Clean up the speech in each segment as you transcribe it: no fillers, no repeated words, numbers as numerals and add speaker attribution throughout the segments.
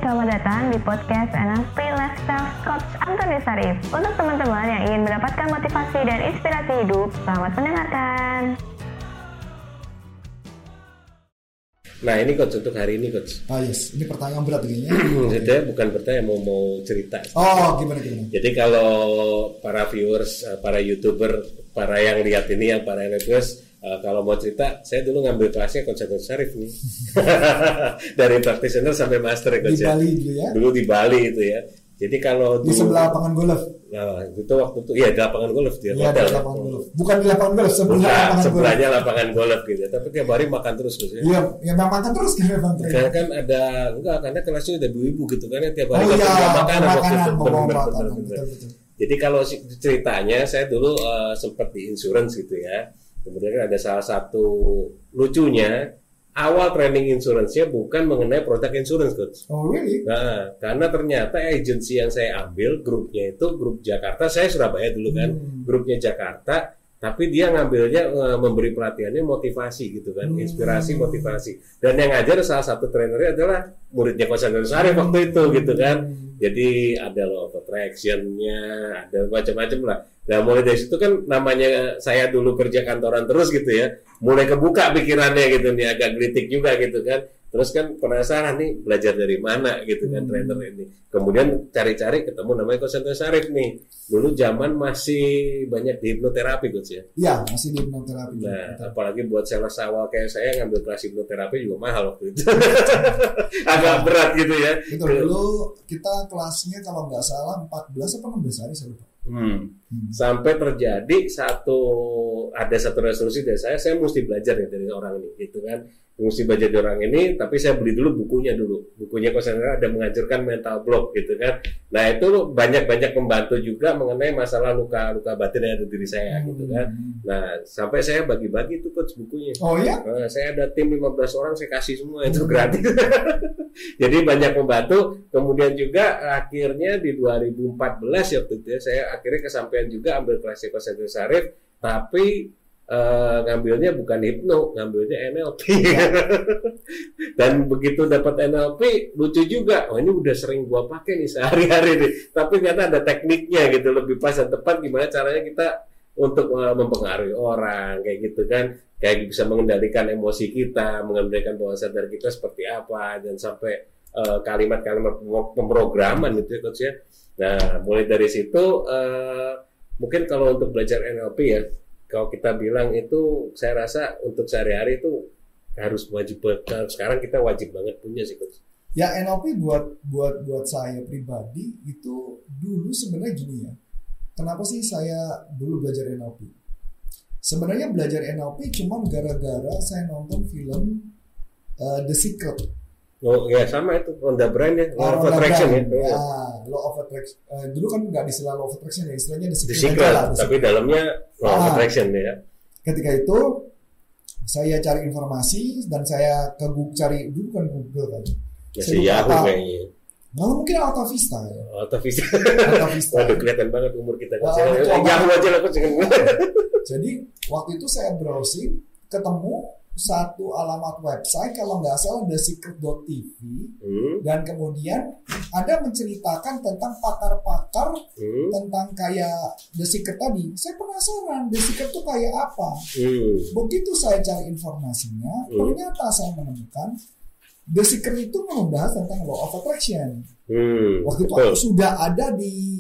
Speaker 1: selamat datang di podcast NLP Lifestyle Coach Antoni Sarif. Untuk teman-teman yang ingin mendapatkan motivasi dan inspirasi hidup, selamat mendengarkan.
Speaker 2: Nah ini Coach, untuk hari ini Coach.
Speaker 3: Yes, ini pertanyaan berat kayaknya.
Speaker 2: Saya bukan bertanya, mau cerita.
Speaker 3: Gimana?
Speaker 2: Jadi kalau para viewers, para YouTuber, para yang lihat ini, yang para viewers, kalau mau cerita, saya dulu ngambil kelasnya Coach Antoni Sarif nih. Dari practitioner sampai master Coach.
Speaker 3: Di Bali dulu ya?
Speaker 2: Dulu di Bali itu ya. Jadi kalau
Speaker 3: di sebelah lapangan golf.
Speaker 2: Nah, itu waktu itu di lapangan golf dia.
Speaker 3: Iya, di lapangan golf. Bukan di lapangan golf,
Speaker 2: sebelahnya lapangan golf gitu. Tapi tiap hari makan terus Coach.
Speaker 3: Iya, memang makan terus kan memang.
Speaker 2: Karena kan karena kelasnya ada ibu-ibu gitu kan, tiap hari
Speaker 3: makanan.
Speaker 2: Betul. Jadi kalau ceritanya saya dulu sempat di insurance gitu ya. Kemudian ada salah satu lucunya, awal training insurance-nya bukan mengenai produk insurance, Coach.
Speaker 3: Oh, really?
Speaker 2: Nah, karena ternyata agensi yang saya ambil, grupnya itu grup Jakarta, saya Surabaya dulu kan, grupnya Jakarta, tapi dia ngambilnya memberi pelatihannya motivasi gitu kan, inspirasi, motivasi. Dan yang ngajar salah satu trainernya adalah muridnya Coach Antoni Sarif waktu itu gitu kan. Jadi ada law of attraction-nya, ada macam-macam lah. Nah mulai dari situ kan namanya saya dulu kerja kantoran terus gitu ya, mulai kebuka pikirannya gitu nih, agak kritik juga gitu kan. Terus kan penasaran nih belajar dari mana gitu kan trainer ini. Kemudian cari-cari ketemu namanya Coach Antoni Sarif nih. Dulu zaman masih banyak di hipnoterapi Coach ya.
Speaker 3: Iya masih di hipnoterapi.
Speaker 2: Nah apalagi buat sales awal kayak saya ngambil kelas hipnoterapi juga mahal waktu itu. Agak berat gitu ya.
Speaker 3: Itu dulu kita kelasnya kalau nggak salah 14 atau 16 hari saya lupa.
Speaker 2: Sampai terjadi ada satu resolusi dari saya mesti belajar ya dari orang ini gitu kan, mesti belajar dari orang ini, tapi saya beli dulu bukunya Coach Antoni ada mengajarkan mental block gitu kan. Nah itu banyak membantu juga mengenai masalah luka batin yang ada di diri saya gitu kan. Nah sampai saya bagi-bagi tuh Coach bukunya.
Speaker 3: Oh ya?
Speaker 2: Nah, saya ada tim 15 orang, saya kasih semua itu gratis. Jadi banyak membantu. Kemudian juga akhirnya di 2014 waktu itu ya, saya akhirnya kesampaian juga ambil kelasnya Coach Antoni Sarif, tapi ngambilnya bukan hipno, ngambilnya NLP. Dan begitu dapat NLP lucu juga, ini udah sering gua pakai nih sehari-hari nih, tapi ternyata ada tekniknya gitu, lebih pas dan tepat gimana caranya kita untuk mempengaruhi orang kayak gitu kan, kayak bisa mengendalikan emosi kita, mengendalikan bawah sadar kita seperti apa, dan sampai kalimat-kalimat pemrograman gitu ya Coach ya. Nah mulai dari situ mungkin kalau untuk belajar NLP ya, kalau kita bilang itu, saya rasa untuk sehari-hari itu harus wajib. Sekarang kita wajib banget punya sih Coach.
Speaker 3: Ya NLP buat saya pribadi itu dulu sebenarnya gini ya. Kenapa sih saya dulu belajar NLP? Sebenarnya belajar NLP cuma gara-gara saya nonton film The Secret.
Speaker 2: Oh ya sama itu Rhonda Byrne ya, Law of Attraction ya.
Speaker 3: Law of Attraction. Dulu kan nggak istilah Law of Attraction ya, istilahnya The Secret
Speaker 2: lah. Tapi dalamnya Law of Attraction ya.
Speaker 3: Ketika itu saya cari informasi dan saya cari dulu kan Google kan.
Speaker 2: Masih Yahoo kayaknya.
Speaker 3: Malah mungkin Alta Vista ya.
Speaker 2: Alta Vista. Waduh kelihatan banget umur kita. Yahoo aja lah Coach.
Speaker 3: Jadi waktu itu saya browsing ketemu satu alamat website kalau nggak salah thesecret.tv dan kemudian ada menceritakan tentang pakar-pakar tentang kayak The Secret tadi. Saya penasaran The Secret itu kayak apa. Begitu saya cari informasinya, ternyata saya menemukan The Secret itu membahas tentang Law of Attraction. Waktu itu sudah ada di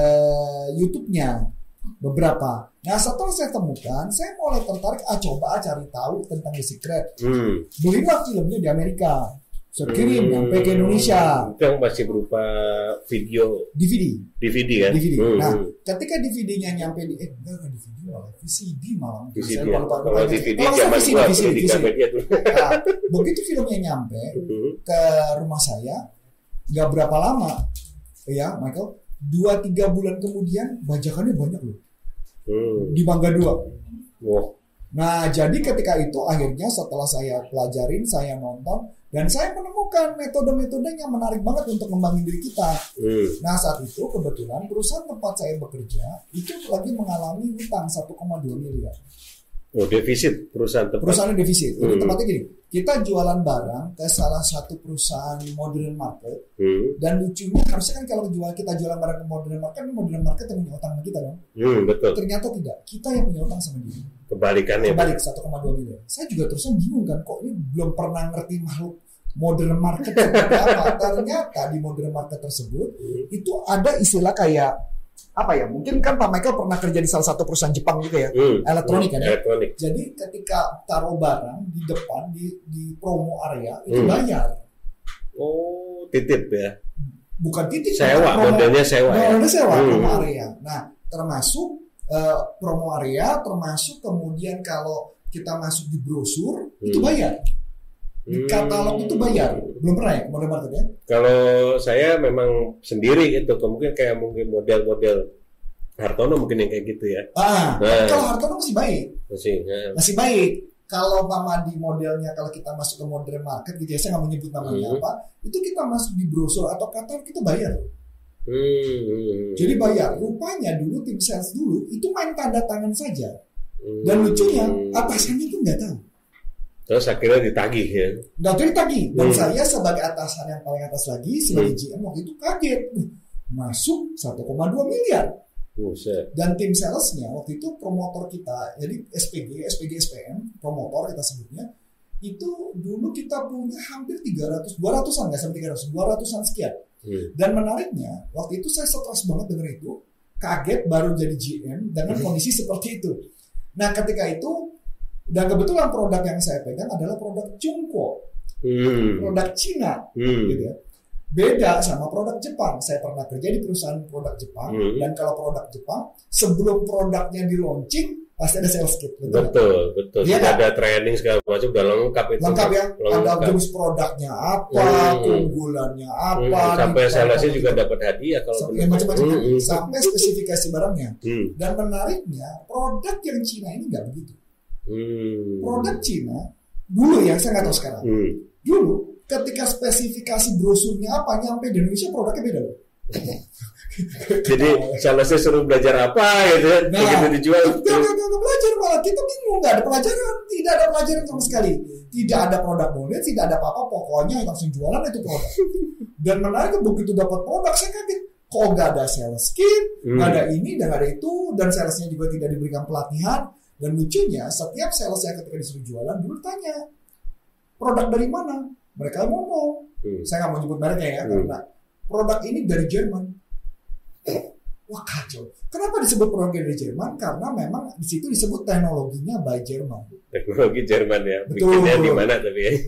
Speaker 3: YouTube-nya beberapa. Nah setelah saya temukan, saya mulai tertarik coba cari tahu tentang The Secret. Belilah filmnya di Amerika, saya kirim nyampe ke Indonesia.
Speaker 2: Itu yang masih berupa video DVD ya.
Speaker 3: Nah ketika DVD-nya nyampe di DVD malah VCD malah.
Speaker 2: Kalau DVD zaman gua di media tuh.
Speaker 3: Nah, begitu filmnya nyampe ke rumah saya, nggak berapa lama ya Michael, 2-3 bulan kemudian bajakannya banyak loh. Di Mangga 2.
Speaker 2: Wow.
Speaker 3: Nah jadi ketika itu akhirnya setelah saya pelajarin, saya nonton, dan saya menemukan metode-metode yang menarik banget untuk ngembangin diri kita. Nah saat itu kebetulan perusahaan tempat saya bekerja itu lagi mengalami hutang 1,2 miliar.
Speaker 2: Oh, defisit perusahaan tempat.
Speaker 3: Perusahaan defisit. Jadi tempatnya gini, kita jualan barang ke salah satu perusahaan modern market. Dan lucunya harusnya kan kalau kita jualan barang ke modern market yang punya utang sama kita dong.
Speaker 2: Betul.
Speaker 3: Ternyata tidak, kita yang punya utang sama dia.
Speaker 2: Kebalikannya.
Speaker 3: Kebalik 1,2 miliar. Saya juga terusnya bingung kan, kok ini belum pernah ngerti makhluk modern market seperti apa. Ternyata di modern market tersebut itu ada istilah kayak apa ya? Mungkin kan Pak Michael pernah kerja di salah satu perusahaan Jepang juga ya, elektronik kan ya.
Speaker 2: Elektronik.
Speaker 3: Jadi ketika taruh barang di depan di promo area itu bayar.
Speaker 2: Oh, titip ya.
Speaker 3: Bukan titip.
Speaker 2: Sewa, modelnya sewa.
Speaker 3: Modelnya sewa promo area. Nah, termasuk promo area, termasuk kemudian kalau kita masuk di brosur itu bayar. Di katalog itu bayar. Belum pernah ya model market ya?
Speaker 2: Kalau saya memang sendiri itu mungkin kayak model-model Hartono mungkin yang kayak gitu ya.
Speaker 3: Kalau Hartono masih baik. Masih baik. Kalau Mama di modelnya, kalau kita masuk ke modern market gitu ya, saya nggak menyebut namanya apa, itu kita masuk di brosur atau katalog kita bayar. Jadi bayar. Rupanya dulu tim sales dulu itu main tanda tangan saja. Dan lucunya atasannya itu nggak tahu.
Speaker 2: Terus akhirnya ditagih ya.
Speaker 3: Ditagih. Dan saya sebagai atasan yang paling atas lagi, sebagai GM waktu itu kaget. Masuk 1,2 miliar. Dan tim salesnya waktu itu promotor kita, jadi SPM, promotor kita sebutnya, itu dulu kita punya hampir 200-an, nggak sampai 200-an sekian. Dan menariknya, waktu itu saya stres banget denger itu, kaget baru jadi GM dengan kondisi seperti itu. Nah ketika itu, dan kebetulan produk yang saya pegang adalah produk Chungquo, produk Cina, gitu ya. Beda sama produk Jepang. Saya pernah kerja di perusahaan produk Jepang, dan kalau produk Jepang sebelum produknya di launching pasti ada sales kit.
Speaker 2: Betul.
Speaker 3: Ya,
Speaker 2: ada training segala macam, udah lengkap itu.
Speaker 3: Lengkap ya. Ada jenis produknya apa, keunggulannya apa.
Speaker 2: Sampai salesnya juga dapat hadiah kalau
Speaker 3: macam-macam. Sampai spesifikasi barangnya. Dan menariknya produk yang Cina ini nggak begitu. Produk Cina dulu ya, saya nggak tahu sekarang. Dulu ketika spesifikasi brosurnya apa, nyampe di Indonesia produknya beda loh.
Speaker 2: Jadi salesnya suruh belajar apa gitu ya, begitu dijual.
Speaker 3: Nggak belajar, malah kita bingung, nggak ada pelajaran, tidak ada pelajaran sama sekali. Tidak ada produk model, tidak ada apa-apa, pokoknya langsung jualan itu produk. Dan menarik begitu dapat produk saya kaget, kok nggak ada sales kit, nggak ada ini dan nggak ada itu, dan salesnya juga tidak diberikan pelatihan. Dan lucunya setiap sales yang ketika disuruh jualan dulu tanya produk dari mana, mereka ngomong, saya nggak mau nyebut mereknya ya, karena produk ini dari Jerman. Wah kacau. Kenapa disebut produk dari Jerman? Karena memang di situ disebut teknologinya by Jerman.
Speaker 2: Teknologi Jerman ya. Bikinnya di mana tapi ya?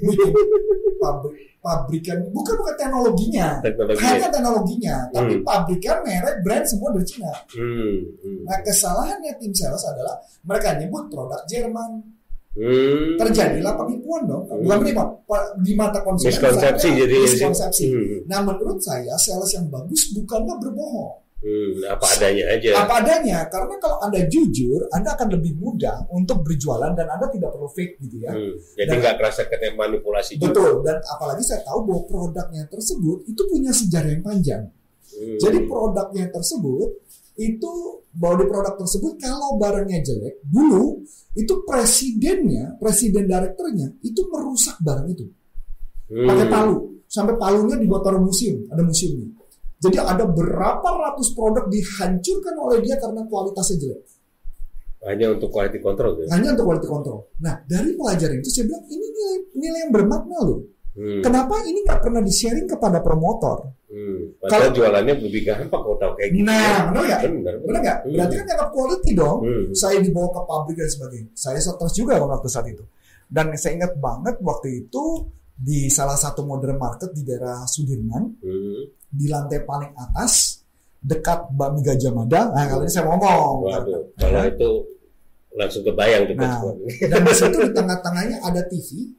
Speaker 3: Pabrikan bukan teknologinya, hanya teknologinya, tapi pabrikan, merek, brand semua dari Cina. Nah kesalahannya tim sales adalah mereka nyebut produk Jerman. Terjadilah penipuan dong, bukan penipuan, di mata konsumen miskonsepsi. Nah menurut saya sales yang bagus bukanlah berbohong.
Speaker 2: Apa adanya aja.
Speaker 3: Apa adanya, karena kalau Anda jujur, Anda akan lebih mudah untuk berjualan dan Anda tidak perlu fake gitu ya.
Speaker 2: Jadi nggak kerasa kena manipulasi.
Speaker 3: Betul, dan apalagi saya tahu bahwa produknya tersebut itu punya sejarah yang panjang. Jadi produknya tersebut itu, bahwa di produk tersebut kalau barangnya jelek, dulu itu presiden direkturnya itu merusak barang itu pakai palu, sampai palunya dibuat taruh museum, ada museumnya. Jadi ada berapa ratus produk dihancurkan oleh dia karena kualitasnya jelek.
Speaker 2: Hanya untuk quality control. Ya?
Speaker 3: Hanya untuk quality control. Nah dari pelajaran itu saya bilang ini nilai yang bermakna loh. Kenapa ini nggak pernah di-sharing kepada promotor?
Speaker 2: Padahal jualannya lebih gampang kalau tahu kayak gitu.
Speaker 3: Nah,
Speaker 2: benar nggak?
Speaker 3: Berarti kan dianggap quality dong. Saya dibawa ke pabrik dan sebagainya. Saya stres juga waktu saat itu. Dan saya ingat banget waktu itu di salah satu modern market di daerah Sudirman, di lantai paling atas dekat Bakmi Gajah Mada. Nah, kali ini saya ngomong.
Speaker 2: Waduh, kalau itu langsung kebayang tuh.
Speaker 3: Dan di situ di tengah-tengahnya ada TV,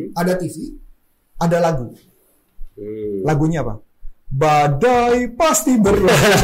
Speaker 3: ada lagu. Lagunya apa? Badai pasti berlalu.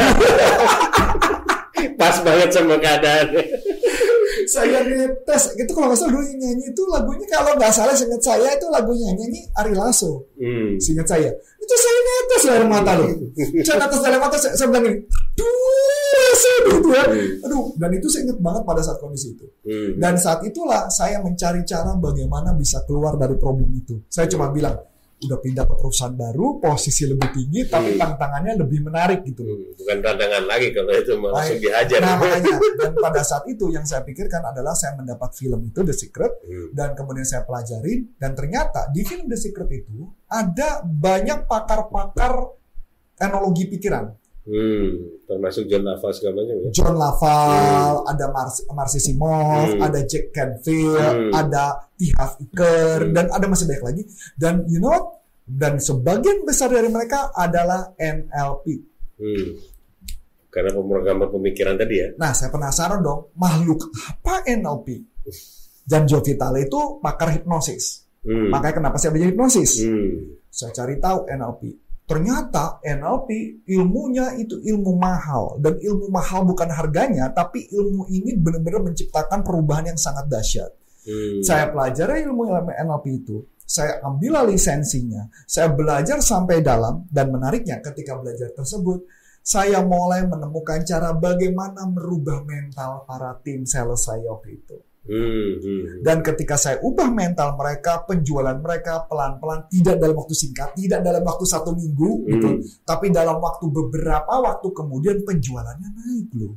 Speaker 2: Pas banget sama keadaan.
Speaker 3: Saya ngetes gitu, kalau nggak salah dulu nyanyi itu lagunya, kalau nggak salah seingat saya itu lagunya nyanyi Ari Lasso. Seingat saya itu saya netes air mata loh. Saya netes air mata, saya bilang ini, sih gitu ya. Aduh, dan itu saya ingat banget pada saat kondisi itu. Dan saat itulah saya mencari cara bagaimana bisa keluar dari problem itu. Saya cuma bilang, udah pindah ke perusahaan baru, posisi lebih tinggi, tapi tantangannya lebih menarik gitu.
Speaker 2: Bukan tantangan lagi kalau itu langsung dihajar.
Speaker 3: Nah, makanya. Dan pada saat itu yang saya pikirkan adalah saya mendapat film itu The Secret, dan kemudian saya pelajarin, dan ternyata di film The Secret itu ada banyak pakar-pakar teknologi pikiran.
Speaker 2: Termasuk John Laval segala macam ya.
Speaker 3: John Laval, ada Marcy Simov, ada Jack Canfield, ada T. Harv Eker, dan ada masih banyak lagi. Dan you know what? Dan sebagian besar dari mereka adalah NLP.
Speaker 2: Karena pemrograman pemikiran tadi ya.
Speaker 3: Nah, saya penasaran dong, makhluk apa NLP? Dan Joe Vitale itu pakar hipnosis. Makanya kenapa saya belajar hipnosis? Saya cari tahu NLP. Ternyata NLP ilmunya itu ilmu mahal. Dan ilmu mahal bukan harganya, tapi ilmu ini benar-benar menciptakan perubahan yang sangat dahsyat. Saya pelajari ilmu NLP itu, saya ambil lisensinya, saya belajar sampai dalam, dan menariknya ketika belajar tersebut, saya mulai menemukan cara bagaimana merubah mental para tim sales saya waktu itu. Dan ketika saya ubah mental mereka, penjualan mereka pelan-pelan, tidak dalam waktu singkat, tidak dalam waktu 1 minggu gitu, tapi dalam waktu beberapa waktu kemudian penjualannya naik loh.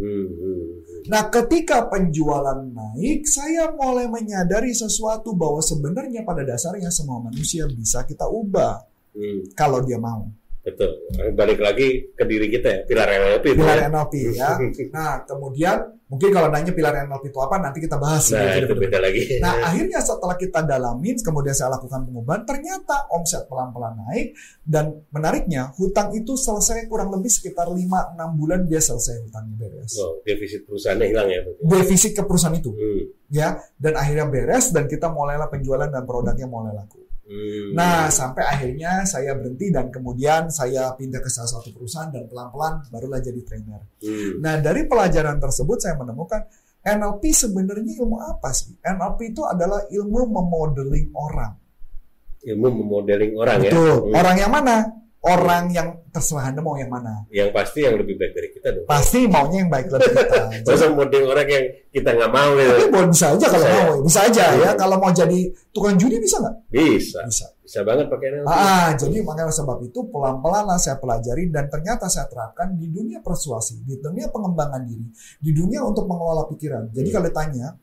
Speaker 3: Nah, ketika penjualan naik, saya mulai menyadari sesuatu bahwa sebenarnya pada dasarnya semua manusia bisa kita ubah kalau dia mau.
Speaker 2: Betul. Balik lagi ke diri kita ya, pilar NLP.
Speaker 3: Pilar NLP ya. Nah, kemudian mungkin kalau nanya pilar NLP itu apa, nanti kita bahas.
Speaker 2: Nah, itu beda lagi.
Speaker 3: Nah, akhirnya setelah kita dalamin, kemudian saya lakukan pengubahan, ternyata omset pelan-pelan naik, dan menariknya, hutang itu selesai kurang lebih sekitar 5-6 bulan dia selesai hutangnya beres.
Speaker 2: Wow, defisit perusahaannya hilang ya?
Speaker 3: Defisit ke perusahaan itu. Ya, dan akhirnya beres, dan kita mulailah penjualan dan produknya mulai laku. Nah, sampai akhirnya saya berhenti dan kemudian saya pindah ke salah satu perusahaan dan pelan-pelan barulah jadi trainer. Nah, dari pelajaran tersebut saya menemukan NLP sebenarnya ilmu apa sih? NLP itu adalah ilmu memodeling orang.
Speaker 2: Ilmu memodeling orang.
Speaker 3: Betul.
Speaker 2: Ya?
Speaker 3: Orang yang mana? Orang yang terserah Anda mau yang mana?
Speaker 2: Yang pasti yang lebih baik dari kita dong.
Speaker 3: Pasti maunya yang baik dari kita.
Speaker 2: Masa modeling orang yang kita nggak mau gitu.
Speaker 3: Tapi bisa aja kalau mau. Bisa aja ya. Kalau mau jadi tukang judi bisa nggak?
Speaker 2: Bisa. Bisa banget pakai NLP.
Speaker 3: Jadi makanya sebab itu pelan-pelan lah saya pelajari dan ternyata saya terapkan di dunia persuasi, di dunia pengembangan diri, di dunia untuk mengelola pikiran. Jadi kalau ditanya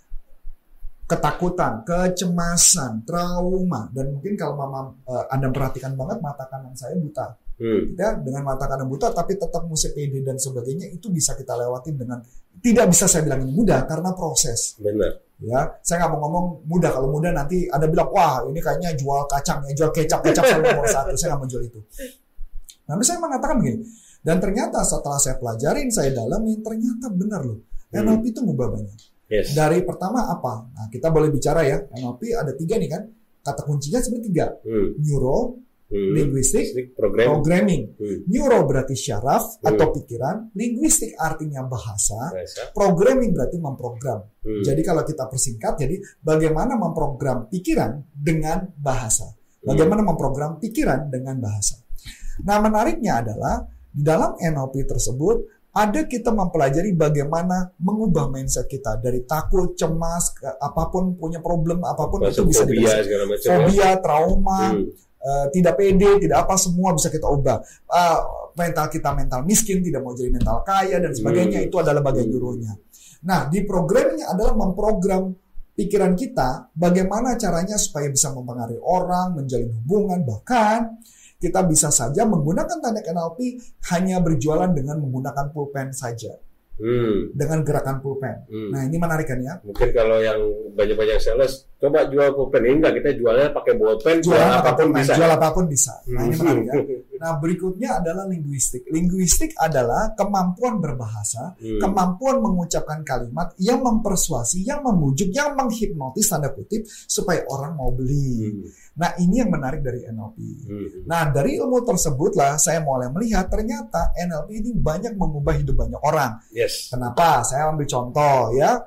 Speaker 3: ketakutan, kecemasan, trauma, dan mungkin kalau Anda perhatikan banget mata kanan saya buta. Ya, dengan mata kanan buta tapi tetap mesti pede dan sebagainya, itu bisa kita lewatin dengan, tidak bisa saya bilang ini mudah karena proses.
Speaker 2: Benar.
Speaker 3: Ya, saya nggak mau ngomong mudah. Kalau mudah nanti Anda bilang, wah ini kayaknya jual kacang ya, jual kecap sama nomor 1. Saya nggak mau jual itu. Tapi saya mengatakan begini, dan ternyata setelah saya pelajarin, saya dalamin, ternyata benar loh, NLP itu ngubah banyak.
Speaker 2: Yes.
Speaker 3: Dari pertama apa? Nah, kita boleh bicara ya, NLP ada 3 nih kan. Kata kuncinya sebenarnya 3. Neuro, linguistik, programming. Neuro berarti syaraf atau pikiran, linguistik artinya bahasa, programming berarti memprogram. Jadi kalau kita persingkat, jadi bagaimana memprogram pikiran dengan bahasa. Bagaimana memprogram pikiran dengan bahasa. Nah, menariknya adalah di dalam NLP tersebut ada kita mempelajari bagaimana mengubah mindset kita dari takut, cemas, apapun punya problem, apapun itu bisa dibahas. Fobia, trauma, tidak pede, tidak apa, semua bisa kita ubah. Mental kita mental miskin, tidak mau jadi mental kaya dan sebagainya, itu adalah bagian nyuruhnya. Nah, di programnya adalah memprogram pikiran kita, bagaimana caranya supaya bisa mempengaruhi orang, menjalin hubungan, bahkan kita bisa saja menggunakan teknik NLP hanya berjualan dengan menggunakan pulpen saja. Dengan gerakan pulpen. Nah, ini menarik kan ya?
Speaker 2: Mungkin kalau yang banyak-banyak sales, coba jual pulpen. Ini enggak, kita jualnya pakai bolpen, jual apapun bisa.
Speaker 3: Jual apapun bisa. Nah, ini menarik ya. Nah, berikutnya adalah linguistik. Linguistik adalah kemampuan berbahasa, kemampuan mengucapkan kalimat yang mempersuasi, yang memujuk, yang menghipnotis tanda kutip supaya orang mau beli. Nah, ini yang menarik dari NLP. Nah, dari ilmu tersebutlah saya mulai melihat ternyata NLP ini banyak mengubah hidup banyak orang.
Speaker 2: Yes.
Speaker 3: Kenapa? Saya ambil contoh ya.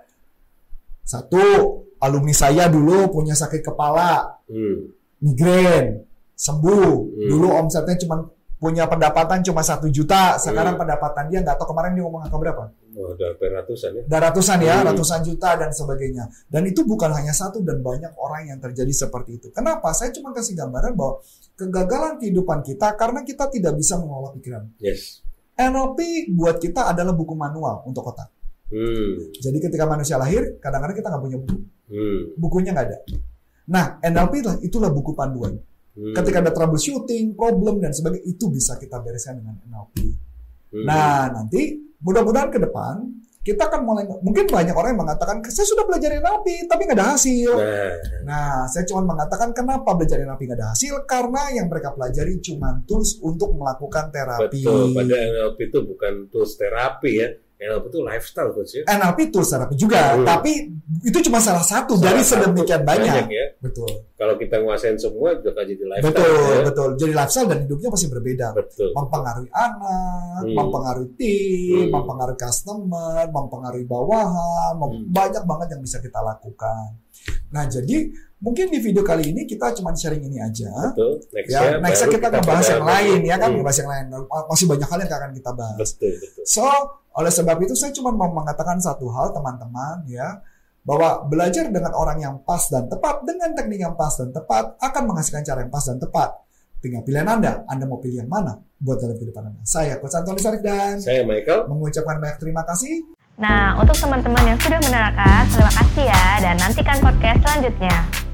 Speaker 3: 1, alumni saya dulu punya sakit kepala, migrain, sembuh. Dulu omsetnya cuma punya pendapatan cuma 1 juta, sekarang pendapatan dia nggak tahu kemarin dia ngomong angka berapa?
Speaker 2: Udah ratusan ya.
Speaker 3: Udah ratusan ya, ratusan juta dan sebagainya. Dan itu bukan hanya satu dan banyak orang yang terjadi seperti itu. Kenapa? Saya cuma kasih gambaran bahwa kegagalan kehidupan kita karena kita tidak bisa mengelola pikiran.
Speaker 2: Yes.
Speaker 3: NLP buat kita adalah buku manual untuk otak. Jadi ketika manusia lahir, kadang-kadang kita nggak punya buku. Bukunya nggak ada. Nah, NLP itulah buku panduan. Ketika ada troubleshooting, problem, dan sebagainya, itu bisa kita bereskan dengan NLP. Nah, nanti mudah-mudahan ke depan, kita akan mulai, mungkin banyak orang yang mengatakan, saya sudah belajar NLP, tapi nggak ada hasil. Nah, saya cuma mengatakan, kenapa belajar NLP nggak ada hasil? Karena yang mereka pelajari cuma tools untuk melakukan terapi.
Speaker 2: Betul, padahal NLP itu bukan tools terapi ya. NLP itu lifestyle coach ya.
Speaker 3: NLP tools terapi juga, tapi itu cuma salah satu dari sedemikian banyak
Speaker 2: ya.
Speaker 3: Betul.
Speaker 2: Kalau kita nguasain semua juga jadi lifestyle.
Speaker 3: Betul. Jadi lifestyle dan hidupnya pasti berbeda.
Speaker 2: Betul.
Speaker 3: Mempengaruhi anak, mempengaruhi tim, mempengaruhi customer, mempengaruhi bawahan, banyak banget yang bisa kita lakukan. Nah, jadi mungkin di video kali ini kita cuma sharing ini aja.
Speaker 2: Betul.
Speaker 3: Nextnya kita akan bahas yang lain ya kan, bahas yang lain. Masih banyak hal yang akan kita bahas.
Speaker 2: Betul.
Speaker 3: So, oleh sebab itu saya cuma mau mengatakan satu hal teman-teman ya, bahwa belajar dengan orang yang pas dan tepat dengan teknik yang pas dan tepat akan menghasilkan cara yang pas dan tepat. Tinggal pilihan Anda mau pilih yang mana buat dalam kehidupan Anda. Saya Coach Antoni Sarif dan
Speaker 2: saya Michael
Speaker 3: mengucapkan banyak terima kasih.
Speaker 1: Nah, untuk teman-teman yang sudah menerangkan, terima kasih ya dan nantikan podcast selanjutnya.